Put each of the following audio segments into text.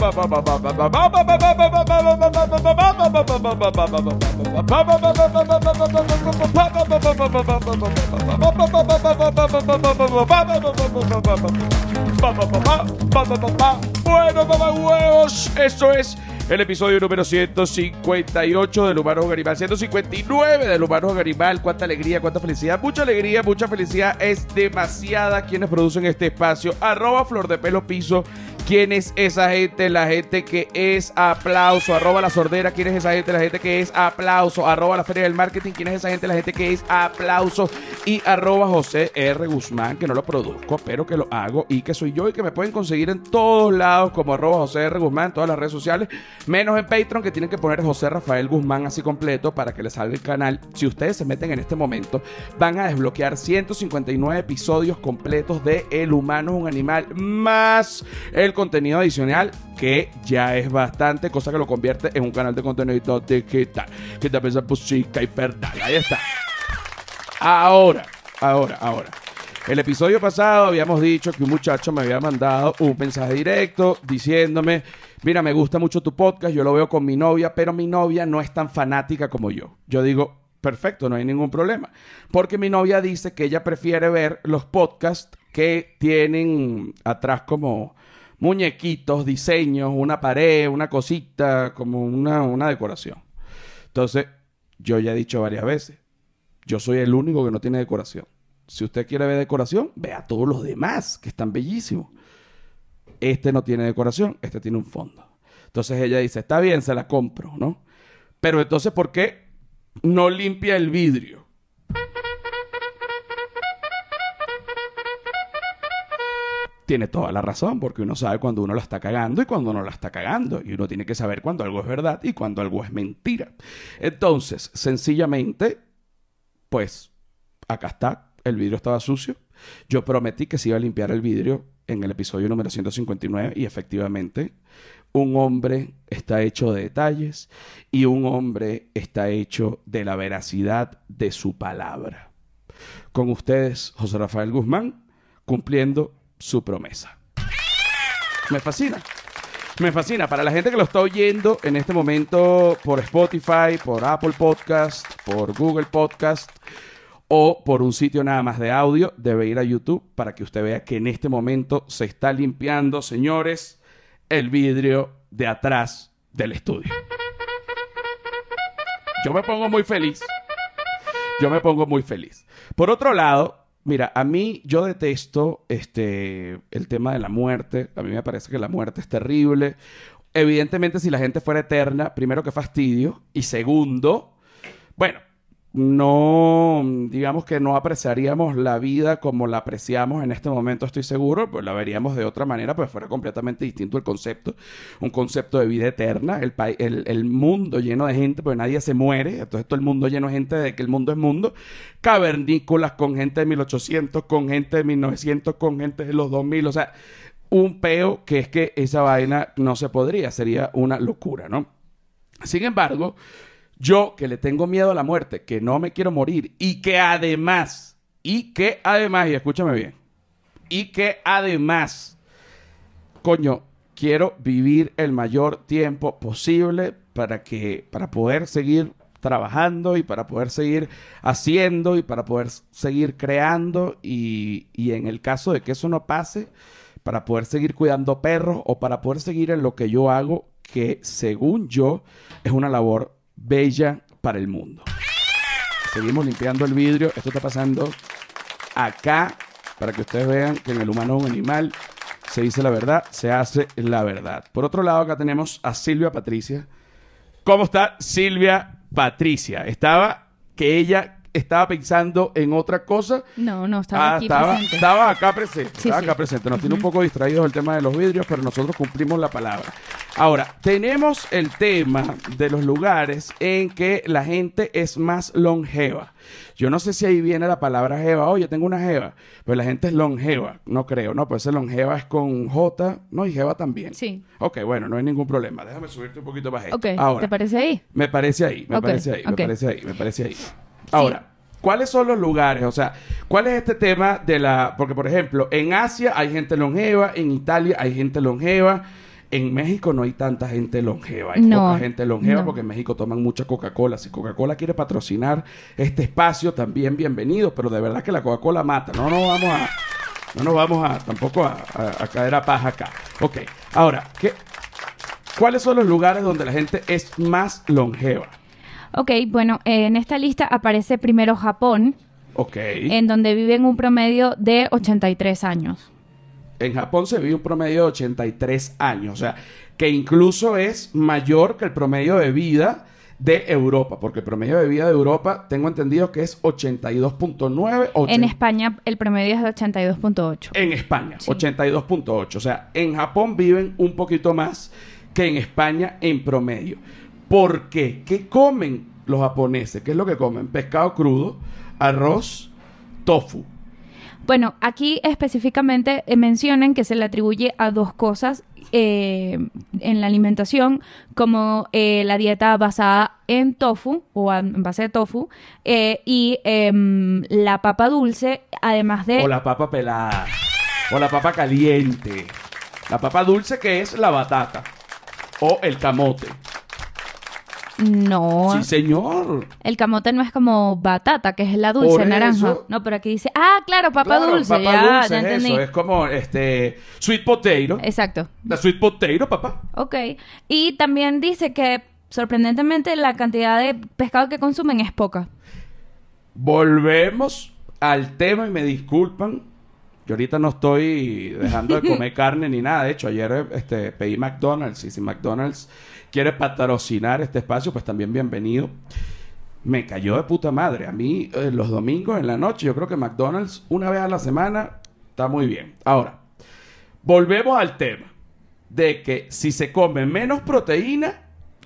Bueno, mamá huevos, eso es el episodio número 158 del Humano Garimal, 159 del Humano Garimal. Cuánta alegría, cuánta felicidad, mucha felicidad, es demasiada. Quienes producen este espacio, @flordepelo_piso. ¿Quién es esa gente? La gente que es aplauso, @la sordera. ¿Quién es esa gente? La gente que es aplauso, @la feria del marketing. ¿Quién es esa gente? La gente que es aplauso. Y @José R. Guzmán, que no lo produzco, pero que lo hago y que soy yo y que me pueden conseguir en todos lados como @José R. Guzmán, en todas las redes sociales, menos en Patreon, que tienen que poner José Rafael Guzmán así completo para que les salga el canal. Si ustedes se meten en este momento, van a desbloquear 159 episodios completos de El Humano es un Animal, más el contenido adicional, que ya es bastante, cosa que lo convierte en un canal de contenido digital que te pesa música y verdad. Ahí está. Ahora. El episodio pasado habíamos dicho que un muchacho me había mandado un mensaje directo diciéndome: mira, me gusta mucho tu podcast, yo lo veo con mi novia, pero mi novia no es tan fanática como yo. Yo digo, perfecto, no hay ningún problema, porque mi novia dice que ella prefiere ver los podcasts que tienen atrás como muñequitos, diseños, una pared, una cosita, como una decoración. Entonces, yo ya he dicho varias veces, yo soy el único que no tiene decoración. Si usted quiere ver decoración, vea a todos los demás, que están bellísimos. Este no tiene decoración, este tiene un fondo. Entonces ella dice, está bien, se la compro, ¿no? Pero entonces, ¿por qué no limpia el vidrio? Tiene toda la razón, porque uno sabe cuando uno la está cagando y cuando no la está cagando. Y uno tiene que saber cuando algo es verdad y cuando algo es mentira. Entonces, sencillamente, pues, acá está. El vidrio estaba sucio. Yo prometí que se iba a limpiar el vidrio en el episodio número 159 y efectivamente, un hombre está hecho de detalles y un hombre está hecho de la veracidad de su palabra. Con ustedes, José Rafael Guzmán, cumpliendo su promesa. Me fascina. Me fascina. Para la gente que lo está oyendo en este momento por Spotify, por Apple Podcast, por Google Podcast o por un sitio nada más de audio, debe ir a YouTube para que usted vea que en este momento se está limpiando, señores, el vidrio de atrás del estudio. Yo me pongo muy feliz. Por otro lado, mira, a mí yo detesto el tema de la muerte. A mí me parece que la muerte es terrible. Evidentemente, si la gente fuera eterna, primero, que fastidio. Y segundo, bueno, no, digamos que no apreciaríamos la vida como la apreciamos en este momento, estoy seguro, pues la veríamos de otra manera, pues fuera completamente distinto el concepto, un concepto de vida eterna, el mundo lleno de gente, pues nadie se muere, entonces todo el mundo lleno de gente de que el mundo es mundo, cavernícolas con gente de 1800, con gente de 1900, con gente de los 2000, o sea, un peo que es que esa vaina no se podría, sería una locura, ¿no? Sin embargo, yo, que le tengo miedo a la muerte, que no me quiero morir y que además, y escúchame bien, y que además, coño, quiero vivir el mayor tiempo posible para poder seguir trabajando y para poder seguir haciendo y para poder seguir creando y en el caso de que eso no pase, para poder seguir cuidando perros o para poder seguir en lo que yo hago, que según yo es una labor bella para el mundo. Seguimos limpiando el vidrio. Esto está pasando acá para que ustedes vean que en El Humano es un Animal se dice la verdad, se hace la verdad. Por otro lado, acá tenemos a Silvia Patricia. ¿Cómo está Silvia Patricia? Ella estaba pensando en otra cosa. No, estaba aquí presente. Estaba acá presente. Sí, estaba sí. acá presente. Nos tiene un poco distraídos el tema de los vidrios, pero nosotros cumplimos la palabra. Ahora, tenemos el tema de los lugares en que la gente es más longeva. Yo no sé si ahí viene la palabra jeva. Oye, tengo una jeva. Pues la gente es longeva. No creo, ¿no? Pues ese longeva es con J, ¿no? Y jeva también. Sí. Ok, bueno, no hay ningún problema. Déjame subirte un poquito más esto. Ok, ahora, ¿te parece ahí? Me parece ahí. Ok. Me parece ahí. Ahora, ¿cuáles son los lugares? O sea, ¿cuál es este tema de la...? Porque, por ejemplo, en Asia hay gente longeva, en Italia hay gente longeva, En México no hay tanta gente longeva. Hay poca gente longeva porque en México toman mucha Coca-Cola. Si Coca-Cola quiere patrocinar este espacio, también bienvenido. Pero de verdad que la Coca-Cola mata. No nos vamos a tampoco a caer a paja acá. Ok. Ahora, ¿cuáles son los lugares donde la gente es más longeva? Ok, bueno, en esta lista aparece primero Japón. Ok. En donde viven un promedio de 83 años. En Japón se vive un promedio de 83 años, o sea, que incluso es mayor que el promedio de vida de Europa, porque el promedio de vida de Europa, tengo entendido que es 82.9. En España el promedio es de 82.8. En España, sí. 82.8. O sea, en Japón viven un poquito más que en España en promedio. ¿Por qué? ¿Qué comen los japoneses? ¿Qué es lo que comen? Pescado crudo, arroz, tofu. Bueno, aquí específicamente mencionan que se le atribuye a dos cosas en la alimentación, como la dieta basada en tofu o en base de tofu y la papa dulce, además de... O la papa pelada, o la papa caliente. La papa dulce, que es la batata o el camote. No. Sí, señor. El camote no es como batata, que es la dulce, por naranja. Eso, no, pero aquí dice, claro, papa dulce. Papa ya, dulce ya es entendí. eso, es como sweet potato. Exacto. La sweet potato, papá. Ok. Y también dice que, sorprendentemente, la cantidad de pescado que consumen es poca. Volvemos al tema y me disculpan. Yo ahorita no estoy dejando de comer carne ni nada. De hecho, ayer pedí McDonald's y si McDonald's quiere patrocinar este espacio, pues también bienvenido. Me cayó de puta madre. A mí, los domingos en la noche, yo creo que McDonald's una vez a la semana está muy bien. Ahora, volvemos al tema de que si se come menos proteína...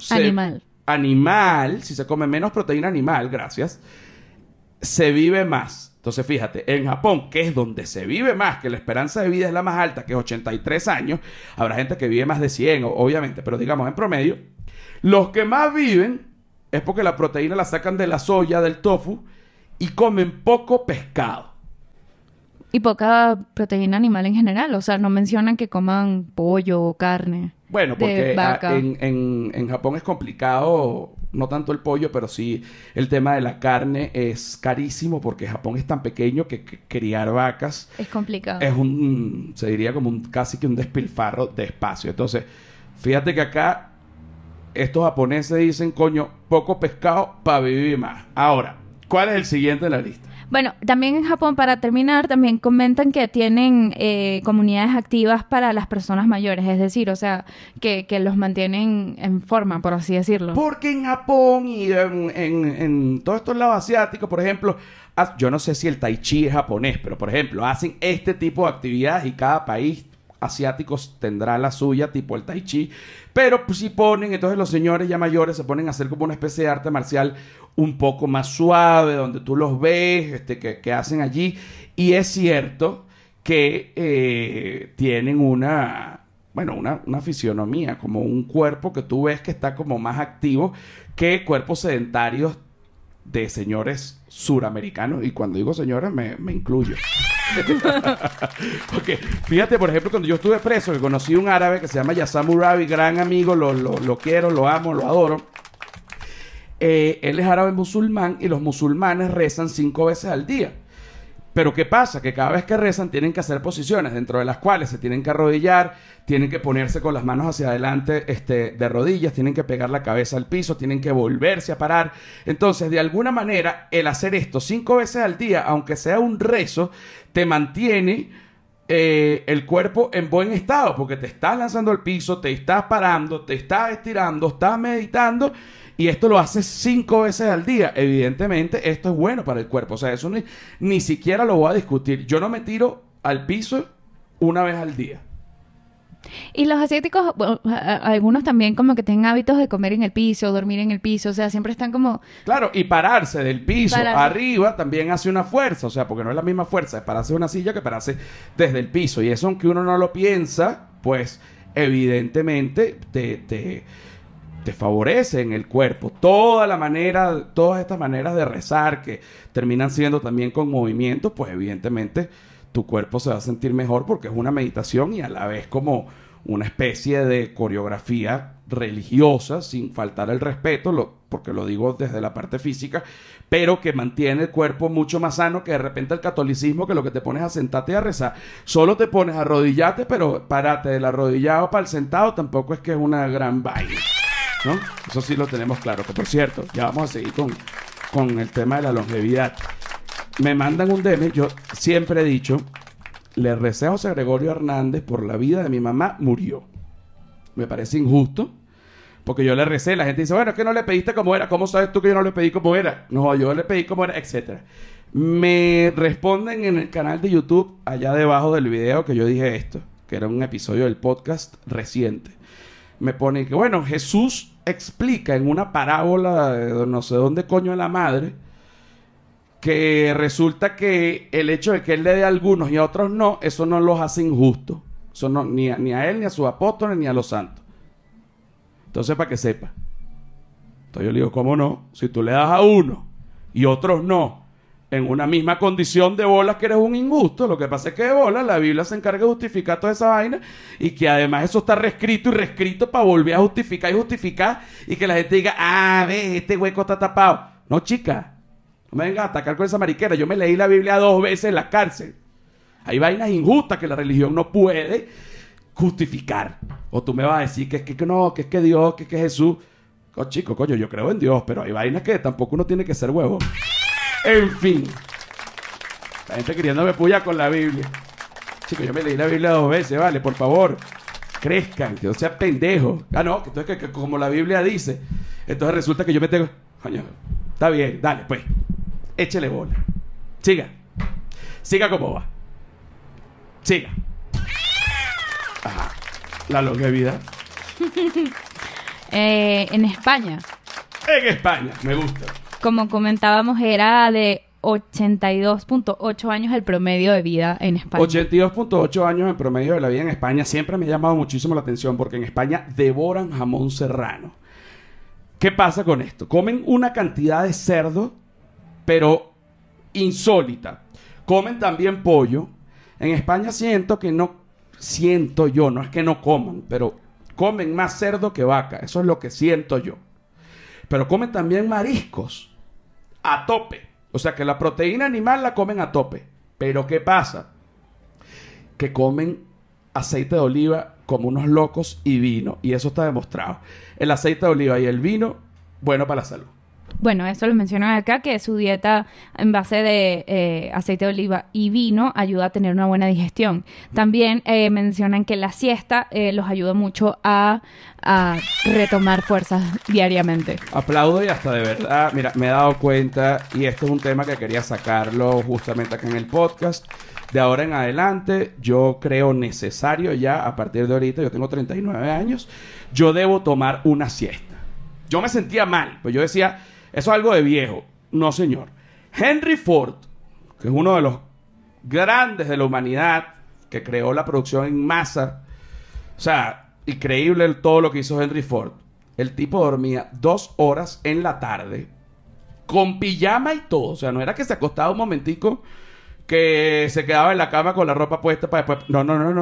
Animal, si se come menos proteína animal, gracias, se vive más. Entonces, fíjate, en Japón, que es donde se vive más, que la esperanza de vida es la más alta, que es 83 años, habrá gente que vive más de 100, obviamente, pero digamos en promedio, los que más viven es porque la proteína la sacan de la soya, del tofu, y comen poco pescado. Y poca proteína animal en general, o sea, no mencionan que coman pollo o carne. Bueno, porque en Japón es complicado, no tanto el pollo, pero sí el tema de la carne es carísimo porque Japón es tan pequeño que criar vacas es complicado. Es se diría como casi que un despilfarro de espacio. Entonces, fíjate que acá estos japoneses dicen, coño, poco pescado para vivir más. Ahora, ¿cuál es el siguiente en la lista? Bueno, también en Japón, para terminar, también comentan que tienen comunidades activas para las personas mayores. Es decir, o sea, que los mantienen en forma, por así decirlo. Porque en Japón y en todos estos lados asiáticos, por ejemplo, yo no sé si el tai chi es japonés, pero por ejemplo, hacen este tipo de actividades y cada país asiático tendrá la suya, tipo el tai chi. Pero pues, si ponen, entonces los señores ya mayores se ponen a hacer como una especie de arte marcial un poco más suave, donde tú los ves, que hacen allí. Y es cierto que tienen una fisionomía, como un cuerpo que tú ves que está como más activo que cuerpos sedentarios de señores suramericanos. Y cuando digo señores, me incluyo. Porque fíjate, por ejemplo, cuando yo estuve preso, que conocí un árabe que se llama Yassam Urabi, gran amigo, lo quiero, lo amo, lo adoro. Él es árabe musulmán y los musulmanes rezan 5 veces al día. Pero ¿qué pasa? Que cada vez que rezan tienen que hacer posiciones dentro de las cuales se tienen que arrodillar, tienen que ponerse con las manos hacia adelante de rodillas, tienen que pegar la cabeza al piso, tienen que volverse a parar. Entonces, de alguna manera, el hacer esto 5 veces al día, aunque sea un rezo, te mantiene el cuerpo en buen estado, porque te estás lanzando al piso, te estás parando, te estás estirando, estás meditando. Y esto lo haces 5 veces al día. Evidentemente, esto es bueno para el cuerpo. O sea, eso ni siquiera lo voy a discutir. Yo no me tiro al piso una vez al día. Y los asiáticos, bueno, algunos también como que tienen hábitos de comer en el piso, dormir en el piso. O sea, siempre están como... Claro, y pararse del piso arriba también hace una fuerza. O sea, porque no es la misma fuerza de pararse de una silla que pararse desde el piso. Y eso, aunque uno no lo piensa, pues evidentemente te favorece en el cuerpo. Todas estas maneras de rezar que terminan siendo también con movimientos, pues evidentemente tu cuerpo se va a sentir mejor porque es una meditación y a la vez como una especie de coreografía religiosa, sin faltar el respeto, porque lo digo desde la parte física, pero que mantiene el cuerpo mucho más sano que de repente el catolicismo, que lo que te pones a sentarte y a rezar. Solo te pones a arrodillarte, pero párate del arrodillado para el sentado tampoco es que es una gran vaina, ¿no? Eso sí lo tenemos claro. Que por cierto, ya vamos a seguir con el tema de la longevidad. Me mandan un DM, yo siempre he dicho, le recé a José Gregorio Hernández por la vida de mi mamá, murió. Me parece injusto, porque yo le recé, la gente dice, bueno, es que no le pediste como era, ¿cómo sabes tú que yo no le pedí como era? No, yo le pedí como era, etcétera. Me responden en el canal de YouTube, allá debajo del video que yo dije esto, que era un episodio del podcast reciente. Me ponen que, bueno, Jesús explica en una parábola de no sé dónde coño de la madre, que resulta que el hecho de que él le dé a algunos y a otros no, eso no los hace injustos. Eso no, ni a él, ni a sus apóstoles, ni a los santos. Entonces, para que sepa. Entonces yo le digo, ¿cómo no? Si tú le das a uno y otros no, en una misma condición de bolas, que eres un injusto. Lo que pasa es que de bolas la Biblia se encarga de justificar toda esa vaina, y que además eso está reescrito y reescrito para volver a justificar y justificar, y que la gente diga, ah, ve, este hueco está tapado. No, chica, no me vengas a atacar con esa mariquera. Yo me leí la Biblia 2 veces en la cárcel. Hay vainas injustas que la religión no puede justificar. O tú me vas a decir que es que no, que es que Dios, que es que Jesús. Oh, chico, coño, yo creo en Dios, pero hay vainas que tampoco uno tiene que ser huevo. En fin. La gente queriéndome puya con la Biblia. Chico, yo me leí la Biblia 2 veces, vale, por favor. Crezcan, que no sean pendejos. Ah, no, que entonces que como la Biblia dice, entonces resulta que yo me tengo... Coño, está bien, dale, pues. Échele bola. Siga. Siga como va. Siga. Ajá. La longevidad. En España. En España, me gusta. Como comentábamos, era de 82.8 años el promedio de vida en España. 82.8 años en promedio de la vida en España. Siempre me ha llamado muchísimo la atención, porque en España devoran jamón serrano. ¿Qué pasa con esto? Comen una cantidad de cerdo, pero insólita. Comen también pollo. En España siento yo, no es que no coman, pero comen más cerdo que vaca. Eso es lo que siento yo. Pero comen también mariscos a tope. O sea que la proteína animal la comen a tope. Pero ¿qué pasa? Que comen aceite de oliva como unos locos y vino. Y eso está demostrado. El aceite de oliva y el vino, bueno para la salud. Bueno, eso lo mencionan acá, que su dieta en base de aceite de oliva y vino ayuda a tener una buena digestión. También mencionan que la siesta los ayuda mucho a retomar fuerzas diariamente. Aplaudo, y hasta de verdad, mira, me he dado cuenta, y esto es un tema que quería sacarlo justamente acá en el podcast. De ahora en adelante, yo creo necesario ya, a partir de ahorita, yo tengo 39 años, yo debo tomar una siesta. Yo me sentía mal, pues yo decía... Eso es algo de viejo. No, señor. Henry Ford, que es uno de los grandes de la humanidad, que creó la producción en masa. O sea, increíble todo lo que hizo Henry Ford. El tipo dormía 2 horas en la tarde, con pijama y todo. O sea, no era que se acostaba un momentico, que se quedaba en la cama con la ropa puesta para después...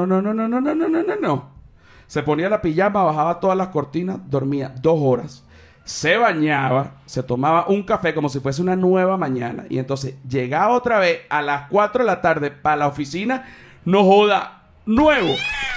No. Se ponía la pijama, bajaba todas las cortinas, dormía 2 horas. Se bañaba, se tomaba un café como si fuese una nueva mañana, y entonces llegaba otra vez a las 4 de la tarde para la oficina, no joda, nuevo.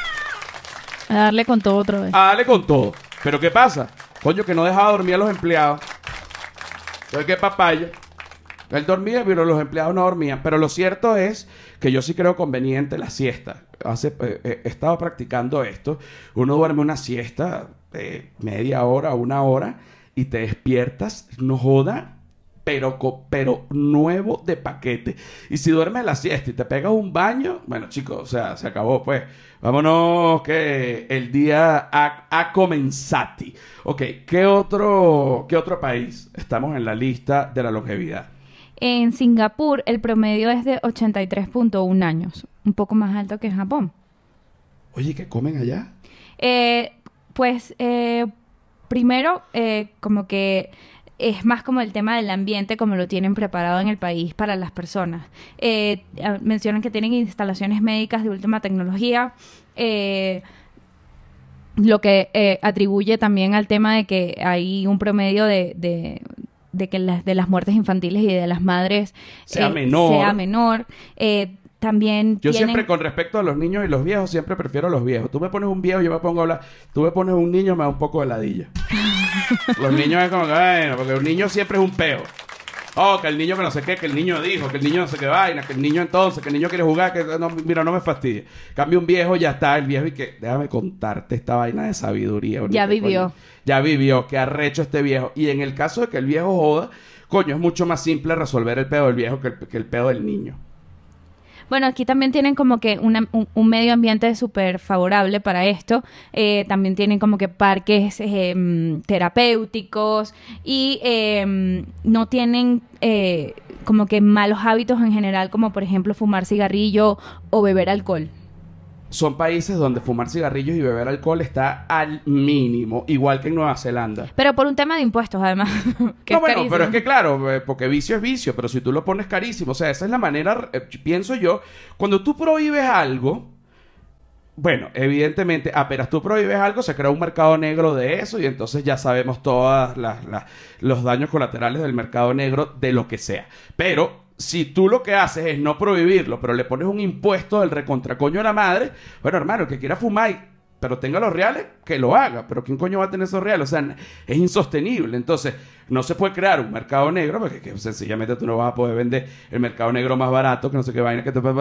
A darle con todo otra vez. A darle con todo. Pero ¿qué pasa? Coño, que no dejaba dormir a los empleados. Entonces, ¿qué papaya? Él dormía, pero los empleados no dormían. Pero lo cierto es que yo sí creo conveniente la siesta. He estado practicando esto. Uno duerme una siesta de media hora, 1 hora, y te despiertas, no joda, pero nuevo de paquete. Y si duermes la siesta y te pegas un baño, bueno, chicos, o sea, se acabó, pues. Vámonos, que el día ha comenzado. Ok, ¿qué otro país estamos en la lista de la longevidad? En Singapur, el promedio es de 83.1 años. Un poco más alto que en Japón. Oye, ¿qué comen allá? Primero, como que es más como el tema del ambiente, como lo tienen preparado en el país para las personas. Mencionan que tienen instalaciones médicas de última tecnología, lo que atribuye también al tema de que hay un promedio de que de las muertes infantiles y de las madres sea menor. También yo siempre, con respecto a los niños y los viejos, siempre prefiero a los viejos. Tú me pones un viejo, yo me pongo a hablar. Tú me pones un niño, me da un poco de ladilla. Los niños es como que, bueno, porque un niño siempre es un peo. Oh, que el niño que no sé qué, que el niño dijo, que el niño no sé qué vaina, que el niño entonces, que el niño quiere jugar, que no, mira, no me fastidie. Cambio un viejo, ya está, el viejo y que, déjame contarte esta vaina de sabiduría. Ya vivió. Coño. Ya vivió, que arrecho este viejo. Y en el caso de que el viejo joda, coño, es mucho más simple resolver el pedo del viejo que el pedo del niño. Bueno, aquí también tienen como que un medio ambiente súper favorable para esto. También tienen como que parques terapéuticos y no tienen como que malos hábitos en general, como por ejemplo fumar cigarrillo o beber alcohol. Son países donde fumar cigarrillos y beber alcohol está al mínimo, igual que en Nueva Zelanda. Pero por un tema de impuestos, además. Que no, bueno, pero es que claro, porque vicio es vicio, pero si tú lo pones carísimo, o sea, esa es la manera, pienso yo, cuando tú prohíbes algo, bueno, evidentemente, apenas tú prohíbes algo, se crea un mercado negro de eso y entonces ya sabemos todos los daños colaterales del mercado negro de lo que sea. Pero si tú lo que haces es no prohibirlo, pero le pones un impuesto del recontracoño a la madre, bueno, hermano, el que quiera fumar, pero tenga los reales, que lo haga. Pero ¿quién coño va a tener esos reales? O sea, es insostenible. Entonces, no se puede crear un mercado negro, porque que sencillamente tú no vas a poder vender el mercado negro más barato, que no sé qué vaina, que te...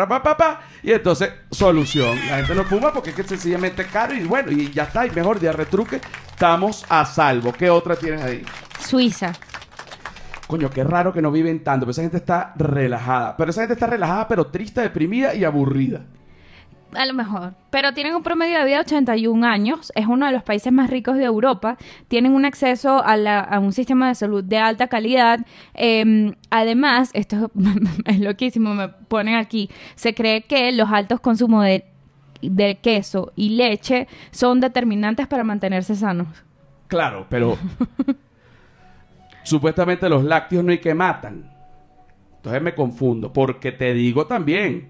Y entonces, solución. La gente no fuma porque es que sencillamente es caro y bueno, y ya está, y mejor, de retruque, estamos a salvo. ¿Qué otra tienes ahí? Suiza. Coño, qué raro que no viven tanto, pero esa gente está relajada. Pero esa gente está relajada, pero triste, deprimida y aburrida. A lo mejor. Pero tienen un promedio de vida de 81 años. Es uno de los países más ricos de Europa. Tienen un acceso a un sistema de salud de alta calidad. Además, esto es loquísimo, me ponen aquí. Se cree que los altos consumos de queso y leche son determinantes para mantenerse sanos. Claro, pero... supuestamente los lácteos no hay que matan. Entonces me confundo. Porque te digo también,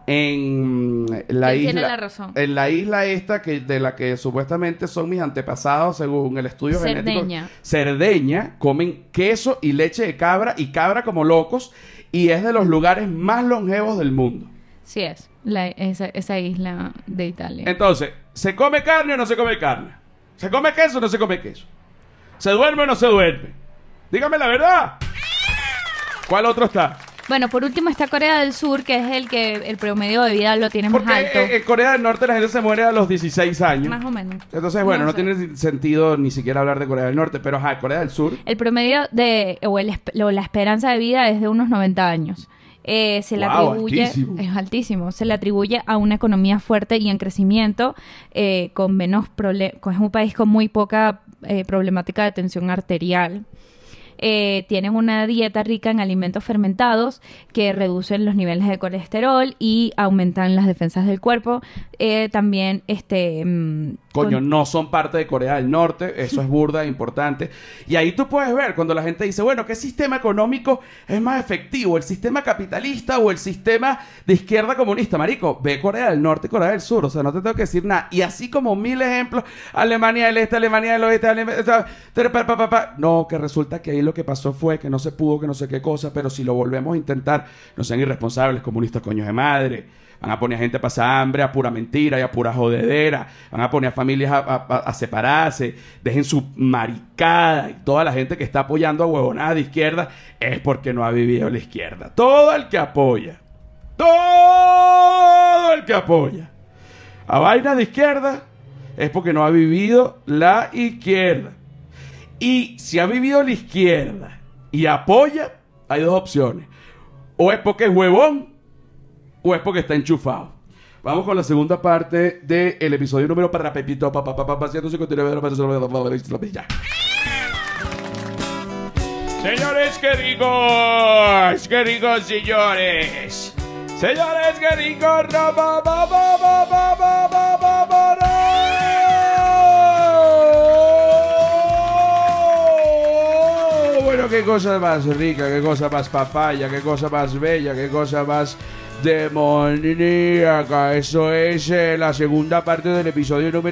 en la isla... tiene la razón. En la isla esta, de la que supuestamente son mis antepasados, según el estudio genético... Cerdeña. Comen queso y leche de cabra y cabra como locos. Y es de los lugares más longevos del mundo. Sí es. Esa isla de Italia. Entonces, ¿se come carne o no se come carne? ¿Se come queso o no se come queso? ¿Se duerme o no se duerme? Dígame la verdad. ¿Cuál otro está? Bueno, por último está Corea del Sur, que es el promedio de vida lo tiene más alto. Porque en Corea del Norte la gente se muere a los 16 años. Más o menos. Entonces, bueno, no tiene sentido ni siquiera hablar de Corea del Norte. Pero, Corea del Sur. El promedio la esperanza de vida es de unos 90 años. Se le atribuye... Altísimo. Es altísimo. Se le atribuye a una economía fuerte y en crecimiento, con menos problemas. Es un país con muy poca problemática de tensión arterial. Tienen una dieta rica en alimentos fermentados que reducen los niveles de colesterol y aumentan las defensas del cuerpo. También no son parte de Corea del Norte. Eso es burda, importante. Y ahí tú puedes ver cuando la gente dice, bueno, ¿qué sistema económico es más efectivo? ¿El sistema capitalista o el sistema de izquierda comunista? Marico, ve Corea del Norte y Corea del Sur. O sea, no te tengo que decir nada. Y así como mil ejemplos, Alemania del Este, Alemania del Oeste, no, que resulta que ahí lo que pasó fue que no se pudo, que no sé qué cosa, pero si lo volvemos a intentar, no sean irresponsables, comunistas coños de madre. Van a poner a gente a pasar hambre, a pura mentira y a pura jodedera. Van a poner a familias a separarse. Dejen su maricada. Y toda la gente que está apoyando a huevonadas de izquierda es porque no ha vivido la izquierda. Todo el que apoya a vainas de izquierda es porque no ha vivido la izquierda. Y si ha vivido la izquierda y apoya, hay dos opciones. O es porque es huevón o es porque está enchufado. Vamos con la segunda parte del episodio número para Pepito, 159. Ya. Señores, qué ricos, señores. Señores, qué ricos. Bueno, qué cosa más rica, qué cosa más papaya, qué cosa más bella, qué cosa más demoníaca. Eso es la segunda parte del episodio número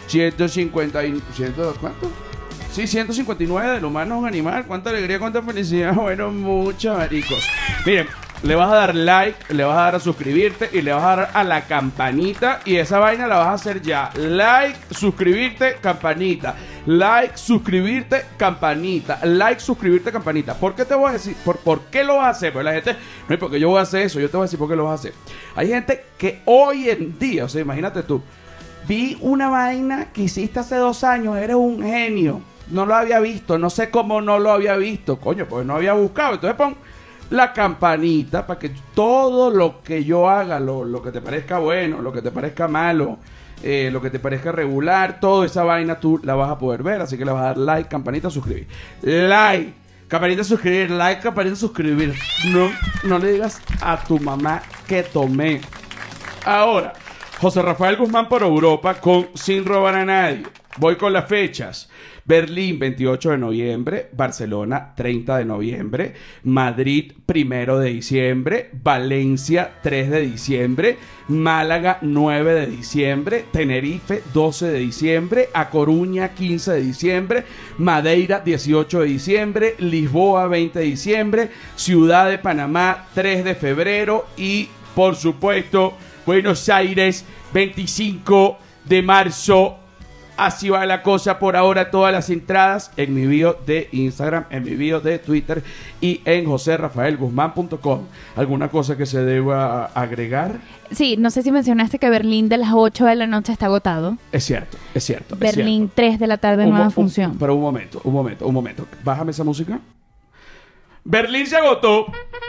¿Cuánto? Sí, 159 del humano es un animal. Cuánta alegría, cuánta felicidad. Bueno, muchos maricos. Miren, le vas a dar like, le vas a dar a suscribirte y le vas a dar a la campanita. Y esa vaina la vas a hacer ya. Like, suscribirte, campanita. Like, suscribirte, campanita. Like, suscribirte, campanita. ¿Por qué te voy a decir? ¿Por qué lo vas a hacer? Porque la gente, no es porque yo voy a hacer eso, yo te voy a decir por qué lo vas a hacer. Hay gente que hoy en día, o sea, imagínate tú, vi una vaina que hiciste hace 2 años, eres un genio. No lo había visto, no sé cómo no lo había visto. Coño, pues no había buscado. Entonces pon la campanita para que todo lo que yo haga, lo que te parezca bueno, lo que te parezca malo, lo que te parezca regular, toda esa vaina tú la vas a poder ver. Así que le vas a dar like, campanita, suscribir. Like, campanita, suscribir, like, campanita, suscribir. No le digas a tu mamá que tomé. Ahora, José Rafael Guzmán por Europa con Sin Robar a Nadie. Voy con las fechas. Berlín, 28 de noviembre. Barcelona, 30 de noviembre. Madrid, 1 de diciembre. Valencia, 3 de diciembre. Málaga, 9 de diciembre. Tenerife, 12 de diciembre. A Coruña, 15 de diciembre. Madeira, 18 de diciembre. Lisboa, 20 de diciembre. Ciudad de Panamá, 3 de febrero. Y, por supuesto, Buenos Aires, 25 de marzo. Así va la cosa por ahora. Todas las entradas en mi bio de Instagram, en mi bio de Twitter y en joserrafaelguzman.com. ¿Alguna cosa que se deba agregar? Sí, no sé si mencionaste que Berlín de las 8 de la noche está agotado. Es cierto. Berlín, 3 de la tarde, nueva función. Pero un momento. Bájame esa música. Berlín se agotó.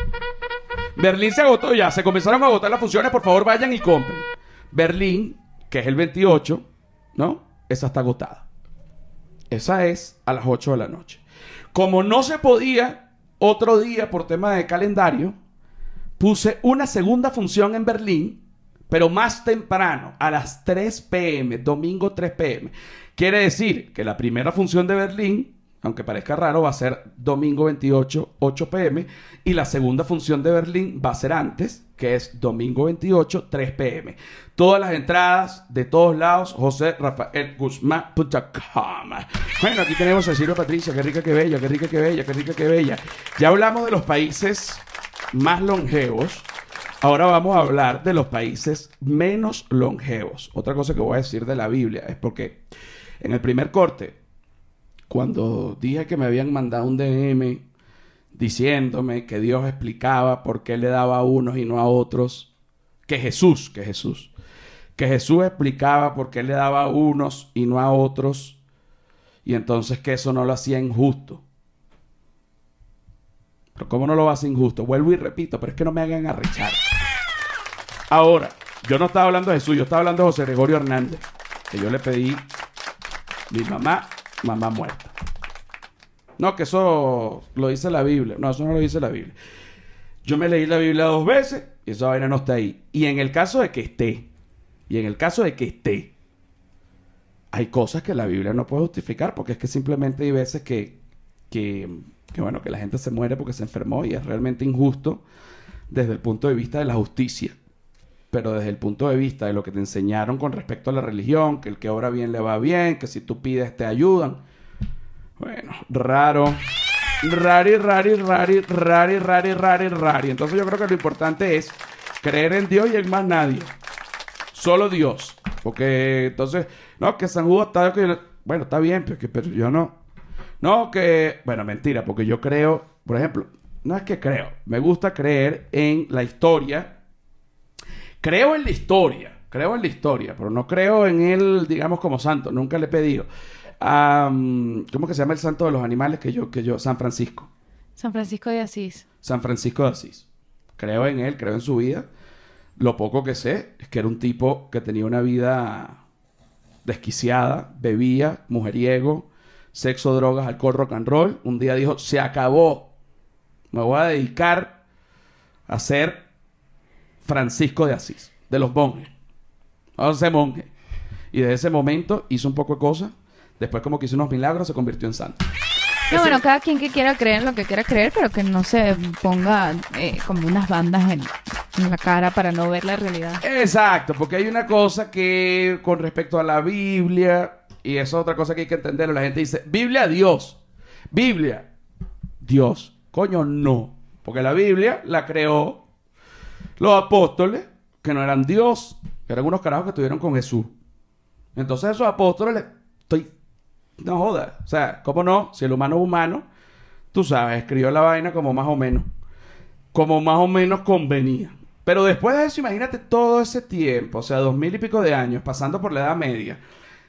Ya. Se comenzaron a agotar las funciones. Por favor, vayan y compren. Berlín, que es el 28, ¿no? Esa está agotada. Esa es a las 8 de la noche. Como no se podía otro día por tema de calendario, puse una segunda función en Berlín, pero más temprano, a las 3 p.m., domingo 3 p.m. Quiere decir que la primera función de Berlín, aunque parezca raro, va a ser domingo 28, 8 p.m. Y la segunda función de Berlín va a ser antes, que es domingo 28, 3 p.m. Todas las entradas de todos lados, joserrafaelguzman.com. Bueno, aquí tenemos a Silvia Patricia. Qué rica, qué bella, qué rica, qué bella, qué rica, qué bella. Ya hablamos de los países más longevos. Ahora vamos a hablar de los países menos longevos. Otra cosa que voy a decir de la Biblia es porque en el primer corte, cuando dije que me habían mandado un DM diciéndome que Dios explicaba por qué le daba a unos y no a otros, que Jesús explicaba por qué le daba a unos y no a otros, y entonces que eso no lo hacía injusto. Pero ¿cómo no lo hace injusto? Vuelvo y repito, pero es que no me hagan arrechar. Ahora, yo no estaba hablando de Jesús, yo estaba hablando de José Gregorio Hernández, que yo le pedí mi mamá muerta. No, que eso lo dice la Biblia. No, eso no lo dice la Biblia. Yo me leí la Biblia 2 veces y esa vaina no está ahí. Y en el caso de que esté, hay cosas que la Biblia no puede justificar, porque es que simplemente hay veces que la gente se muere porque se enfermó y es realmente injusto desde el punto de vista de la justicia. Pero desde el punto de vista de lo que te enseñaron con respecto a la religión, que el que obra bien le va bien, que si tú pides te ayudan. Bueno, raro. Entonces yo creo que lo importante es creer en Dios y en más nadie. Solo Dios. Porque entonces, no, que San Judas está... Bueno, está bien, pero yo no. No, que... Bueno, mentira, porque yo creo... Por ejemplo, no es que creo. Me gusta creer en la historia. Creo en la historia, pero no creo en él, digamos, como santo. Nunca le he pedido. ¿Cómo que se llama el santo de los animales que yo? San Francisco. San Francisco de Asís. San Francisco de Asís. Creo en él, creo en su vida. Lo poco que sé es que era un tipo que tenía una vida desquiciada, bebía, mujeriego, sexo, drogas, alcohol, rock and roll. Un día dijo, se acabó. Me voy a dedicar a ser Francisco de Asís, de los monjes. Vamos a ser monje. Y desde ese momento hizo un poco de cosas. Después, como que hizo unos milagros, se convirtió en santo. No, bueno, cada quien que quiera creer en lo que quiera creer, pero que no se ponga como unas bandas en la cara para no ver la realidad. Exacto, porque hay una cosa que con respecto a la Biblia, y eso es otra cosa que hay que entender, la gente dice, Biblia, Dios. Biblia, Dios. Coño, no. Porque la Biblia la creó los apóstoles, que no eran Dios, que eran unos carajos que estuvieron con Jesús. Entonces esos apóstoles, no jodas. O sea, ¿cómo no? Si el humano es humano, tú sabes, escribió la vaina como más o menos convenía. Pero después de eso, imagínate todo ese tiempo, o sea, 2000 y pico de años, pasando por la Edad Media,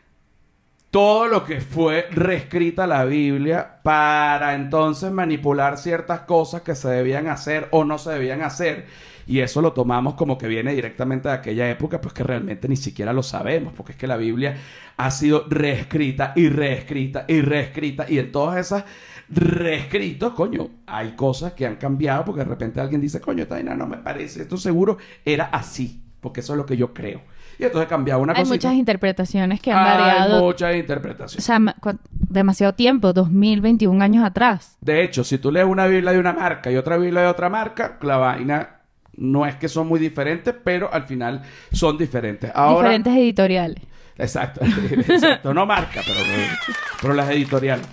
todo lo que fue reescrita la Biblia para entonces manipular ciertas cosas que se debían hacer o no se debían hacer. Y eso lo tomamos como que viene directamente de aquella época, pues que realmente ni siquiera lo sabemos, porque es que la Biblia ha sido reescrita y reescrita y reescrita, y en todas esas reescritos, coño, hay cosas que han cambiado, porque de repente alguien dice, coño, esta vaina no me parece, esto seguro era así, porque eso es lo que yo creo. Y entonces cambiaba una cosita. Hay muchas interpretaciones que han variado. Hay muchas interpretaciones. O sea, demasiado tiempo, 2021 años atrás. De hecho, si tú lees una Biblia de una marca y otra Biblia de otra marca, la vaina no es que son muy diferentes, pero al final son diferentes. Ahora, diferentes editoriales. Exacto, exacto. No marca, pero las editoriales.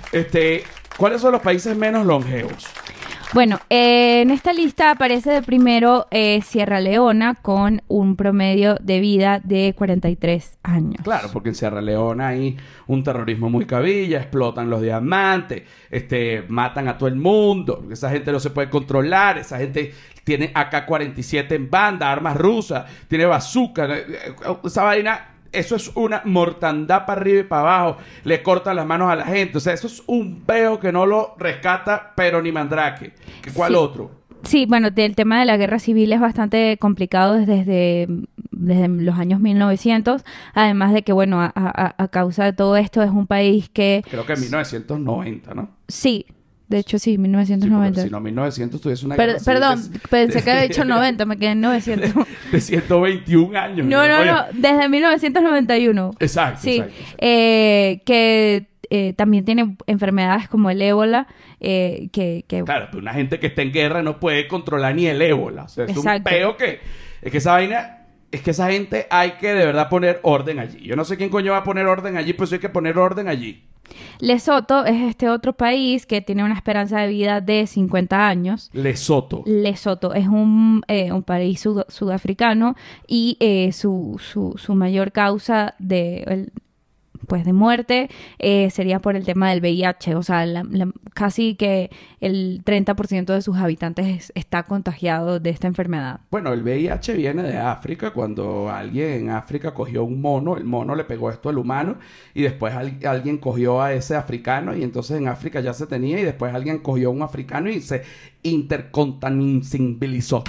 ¿Cuáles son los países menos longevos? Bueno, en esta lista aparece de primero Sierra Leona con un promedio de vida de 43 años. Claro, porque en Sierra Leona hay un terrorismo muy cabilla, explotan los diamantes, matan a todo el mundo, esa gente no se puede controlar, esa gente tiene AK-47 en banda, armas rusas, tiene bazooka, esa vaina. Eso es una mortandad para arriba y para abajo. Le cortan las manos a la gente. O sea, eso es un peo que no lo rescata, pero ni Mandrake. ¿Cuál otro? Sí, bueno, el tema de la guerra civil es bastante complicado desde los años 1900. Además de que, bueno, a causa de todo esto es un país que... Creo que en 1990, ¿no? Sí. De hecho, sí, 1990. Sí, si no, 1900 tuviese una guerra civil. Perdón, pensé que había dicho 90, me quedé en 900. De 121 años. No, desde 1991. Exacto, sí, exacto. Que también tiene enfermedades como el ébola, Claro, pero una gente que está en guerra no puede controlar ni el ébola. O sea, es exacto. un peo que... Es que esa vaina... Es que esa gente hay que de verdad poner orden allí. Yo no sé quién coño va a poner orden allí, pues hay que poner orden allí. Lesoto es este otro país que tiene una esperanza de vida de 50 años. Lesoto es un país sudafricano y su mayor causa de muerte sería por el tema del VIH. O sea, casi que el 30% de sus habitantes está contagiado de esta enfermedad. Bueno, el VIH viene de África. Cuando alguien en África cogió un mono, el mono le pegó esto al humano y después alguien cogió a ese africano y entonces en África ya se tenía y después alguien cogió a un africano y se intercontaminabilizó.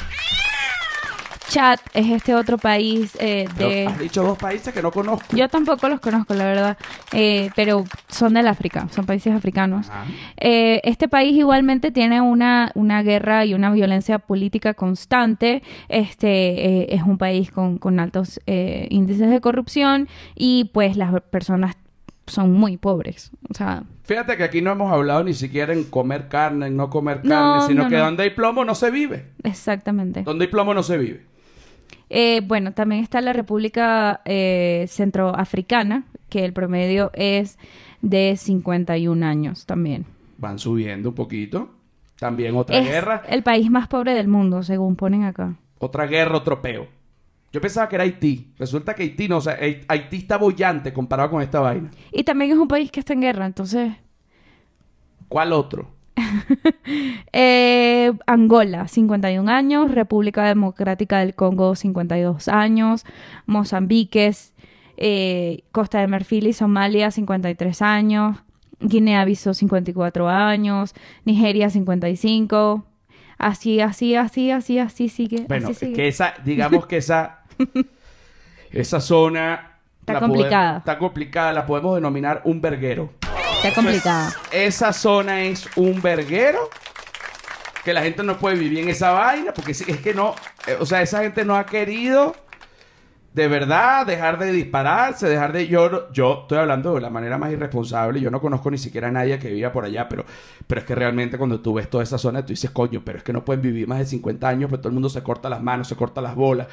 Chad es este otro país Has dicho dos países que no conozco. Yo tampoco los conozco, la verdad, pero son del África, son países africanos. Este país igualmente tiene una guerra y una violencia política constante. Es un país con altos índices de corrupción y pues las personas son muy pobres. O sea, fíjate que aquí no hemos hablado ni siquiera en comer carne, en no comer carne, sino que donde hay plomo no se vive. Exactamente. Donde hay plomo no se vive. Bueno, también está la República Centroafricana, que el promedio es de 51 años también. Van subiendo un poquito. También otra guerra. El país más pobre del mundo, según ponen acá. Otra guerra, otro peo. Yo pensaba que era Haití. Resulta que Haití no, o sea, Haití está bollante comparado con esta vaina. Y también es un país que está en guerra, entonces... ¿Cuál otro? Angola, 51 años. República Democrática del Congo, 52 años. Mozambique, Costa de Marfil y Somalia, 53 años. Guinea-Bissau, 54 años. Nigeria, 55. Así sigue. Bueno, así sigue. Es que digamos que esa zona... Está complicada. Está complicada, la podemos denominar un verguero. Está complicada. Esa zona es un verguero que la gente no puede vivir en esa vaina porque es que no, o sea, esa gente no ha querido de verdad, dejar de dispararse, dejar de... Yo estoy hablando de la manera más irresponsable. Yo no conozco ni siquiera a nadie que viva por allá, pero es que realmente cuando tú ves toda esa zona, tú dices, coño, pero es que no pueden vivir más de 50 años, pero todo el mundo se corta las manos, se corta las bolas,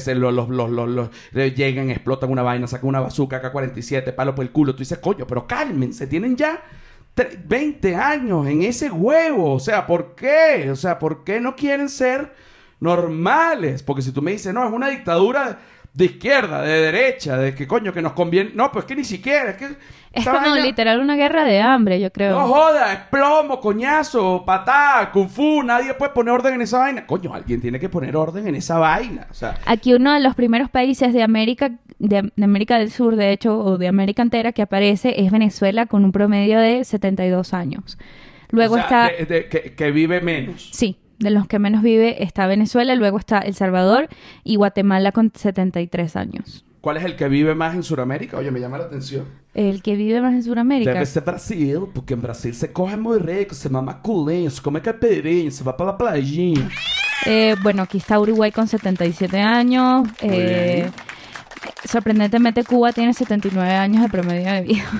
llegan, explotan una vaina, sacan una bazooka, AK-47, palo por el culo. Tú dices, coño, pero cálmense, tienen ya 20 años en ese huevo. O sea, ¿por qué? O sea, ¿por qué no quieren ser normales? Porque si tú me dices, no, es una dictadura de izquierda, de derecha, de que coño, que nos conviene... No, pues que ni siquiera, es que... Es como literal una guerra de hambre, yo creo. No joda, es plomo, coñazo, patá, kung fu, nadie puede poner orden en esa vaina. Coño, alguien tiene que poner orden en esa vaina, o sea... Aquí uno de los primeros países de América, de América del Sur, de hecho, o de América entera, que aparece es Venezuela con un promedio de 72 años. Luego o sea, está... que vive menos. Sí. De los que menos vive está Venezuela, luego está El Salvador y Guatemala con 73 años. ¿Cuál es el que vive más en Sudamérica? Oye, me llama la atención. El que vive más en Sudamérica. Debe ser Brasil, porque en Brasil se coge muy rico, se mama culinho, se come caipirinha, se va para la playinha. Bueno, aquí está Uruguay con 77 años. Sorprendentemente Cuba tiene 79 años de promedio de vida.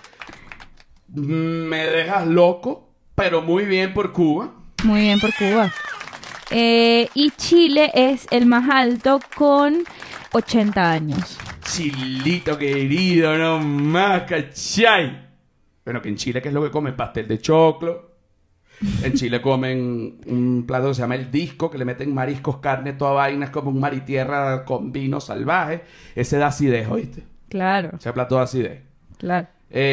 Me dejas loco, pero muy bien por Cuba. Muy bien por Cuba. Y Chile es el más alto con 80 años. Chilito querido, no más, ¿cachai? Bueno, que en Chile, ¿qué es lo que comen? Pastel de choclo. En Chile comen un plato que se llama el disco, que le meten mariscos, carne, toda vaina. Es como un mar y tierra con vino salvaje. Ese da acidez, ¿oíste? Claro. Ese plato da acidez. Claro.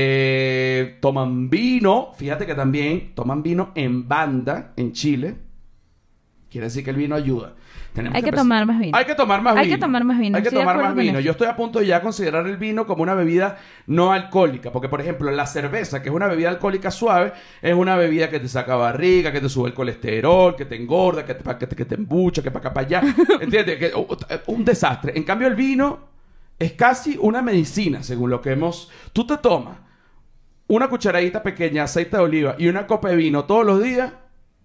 Toman vino, fíjate que también toman vino en banda en Chile. Quiere decir que el vino ayuda. Hay que tomar más vino. Hay que tomar más vino. Hay que tomar más vino. Hay que tomar más vino. Yo estoy a punto de ya considerar el vino como una bebida no alcohólica. Porque, por ejemplo, la cerveza, que es una bebida alcohólica suave, es una bebida que te saca barriga, que te sube el colesterol, que te engorda, que te embucha, que para acá para allá. ¿Entiendes? Un desastre. En cambio, el vino es casi una medicina, según lo que hemos... Tú te tomas una cucharadita pequeña de aceite de oliva y una copa de vino todos los días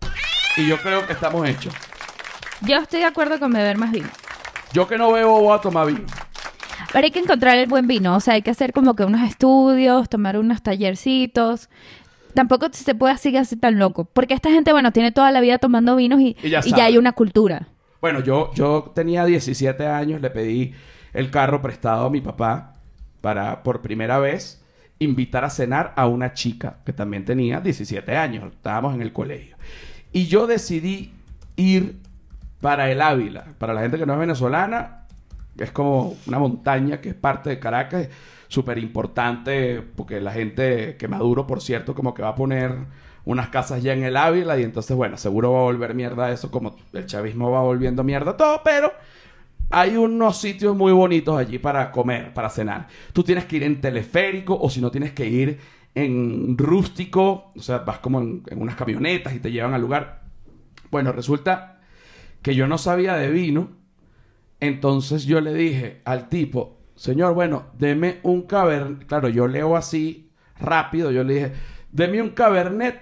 y yo creo que estamos hechos. Yo estoy de acuerdo con beber más vino. Yo que no bebo voy a tomar vino. Pero hay que encontrar el buen vino. O sea, hay que hacer como que unos estudios, tomar unos tallercitos. Tampoco se puede así tan loco. Porque esta gente, bueno, tiene toda la vida tomando vinos y ya hay una cultura. Bueno, yo tenía 17 años, le pedí el carro prestado a mi papá para, por primera vez, invitar a cenar a una chica que también tenía 17 años. Estábamos en el colegio. Y yo decidí ir para el Ávila. Para la gente que no es venezolana, es como una montaña que es parte de Caracas, súper importante, porque la gente que Maduro, por cierto, como que va a poner unas casas ya en el Ávila y entonces, bueno, seguro va a volver mierda eso, como el chavismo va volviendo mierda todo, pero hay unos sitios muy bonitos allí para comer, para cenar. Tú tienes que ir en teleférico o si no tienes que ir en rústico, o sea, vas como en unas camionetas y te llevan al lugar. Bueno, resulta que yo no sabía de vino, entonces yo le dije al tipo, señor, bueno, deme un cabernet. Claro, yo leo así rápido, yo le dije, deme un cabernet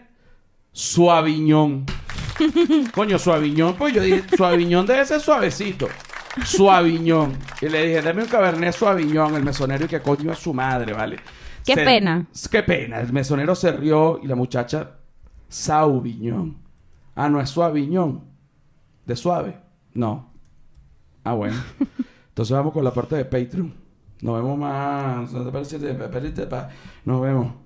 Sauvignon. Coño, Sauvignon, pues yo dije, Sauvignon debe ser suavecito. Sauvignon. Y le dije, deme un cabernet Sauvignon, el mesonero, y que coño es su madre, ¿vale? Qué pena. Qué pena. El mesonero se rió y la muchacha, Sauvignon. Ah, no es Sauvignon. ¿De suave? No. Ah, bueno. Entonces vamos con la parte de Patreon. Nos vemos más. Nos vemos.